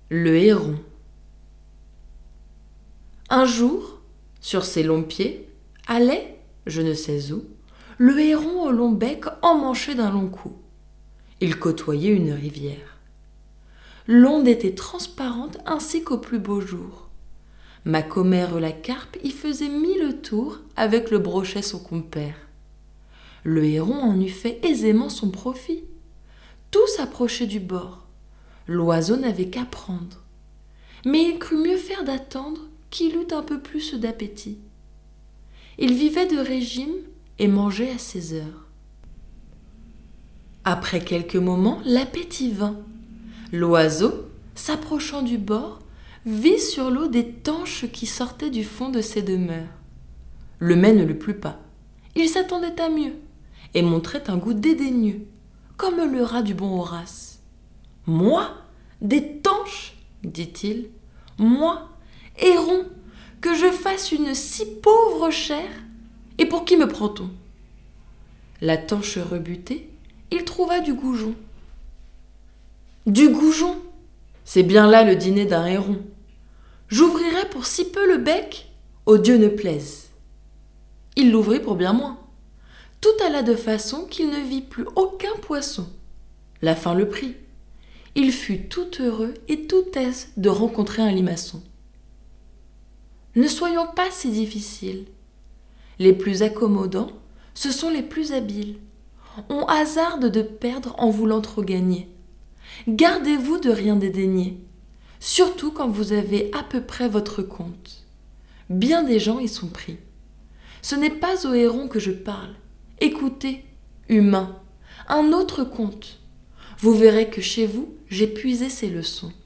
Le héron. Un jour, sur ses longs pieds, allait, je ne sais où, le héron au long bec emmanché d'un long cou. Il côtoyait une rivière. L'onde était transparente ainsi qu'au plus beau jour. Macomère la carpe y faisait 1000 tours avec le brochet son compère. Le héron en eût fait aisément son profit. Tous approchaient du bord. L'oiseau n'avait qu'à prendre. Mais il crut mieux faire d'attendre qu'il eût un peu plus d'appétit. Il vivait de régime et mangeait à ses heures. Après quelques moments, l'appétit vint. L'oiseau, s'approchant du bord, vit sur l'eau des tanches qui sortaient du fond de ses demeures. Le mets ne le plut pas. Il s'attendait à mieux et montrait un goût dédaigneux, comme le rat du bon Horace. « Moi, des tanches ?» dit-il. « Moi, héron, que je fasse une si pauvre chair? Et pour qui me prend-on » La tanche rebutée, il trouva du goujon. « Du goujon, c'est bien là le dîner d'un héron. J'ouvrirai pour si peu le bec, au Dieu ne plaise. » Il l'ouvrit pour bien moins. Tout alla de façon qu'il ne vit plus aucun poisson. La faim le prit. Il fut tout heureux et tout aise de rencontrer un limaçon. Ne soyons pas si difficiles. Les plus accommodants, ce sont les plus habiles. On hasarde de perdre en voulant trop gagner. Gardez-vous de rien dédaigner, surtout quand vous avez à peu près votre compte. Bien des gens y sont pris. Ce n'est pas au héron que je parle. Écoutez, humains, un autre conte. Vous verrez que chez vous, j'ai puisé ces leçons.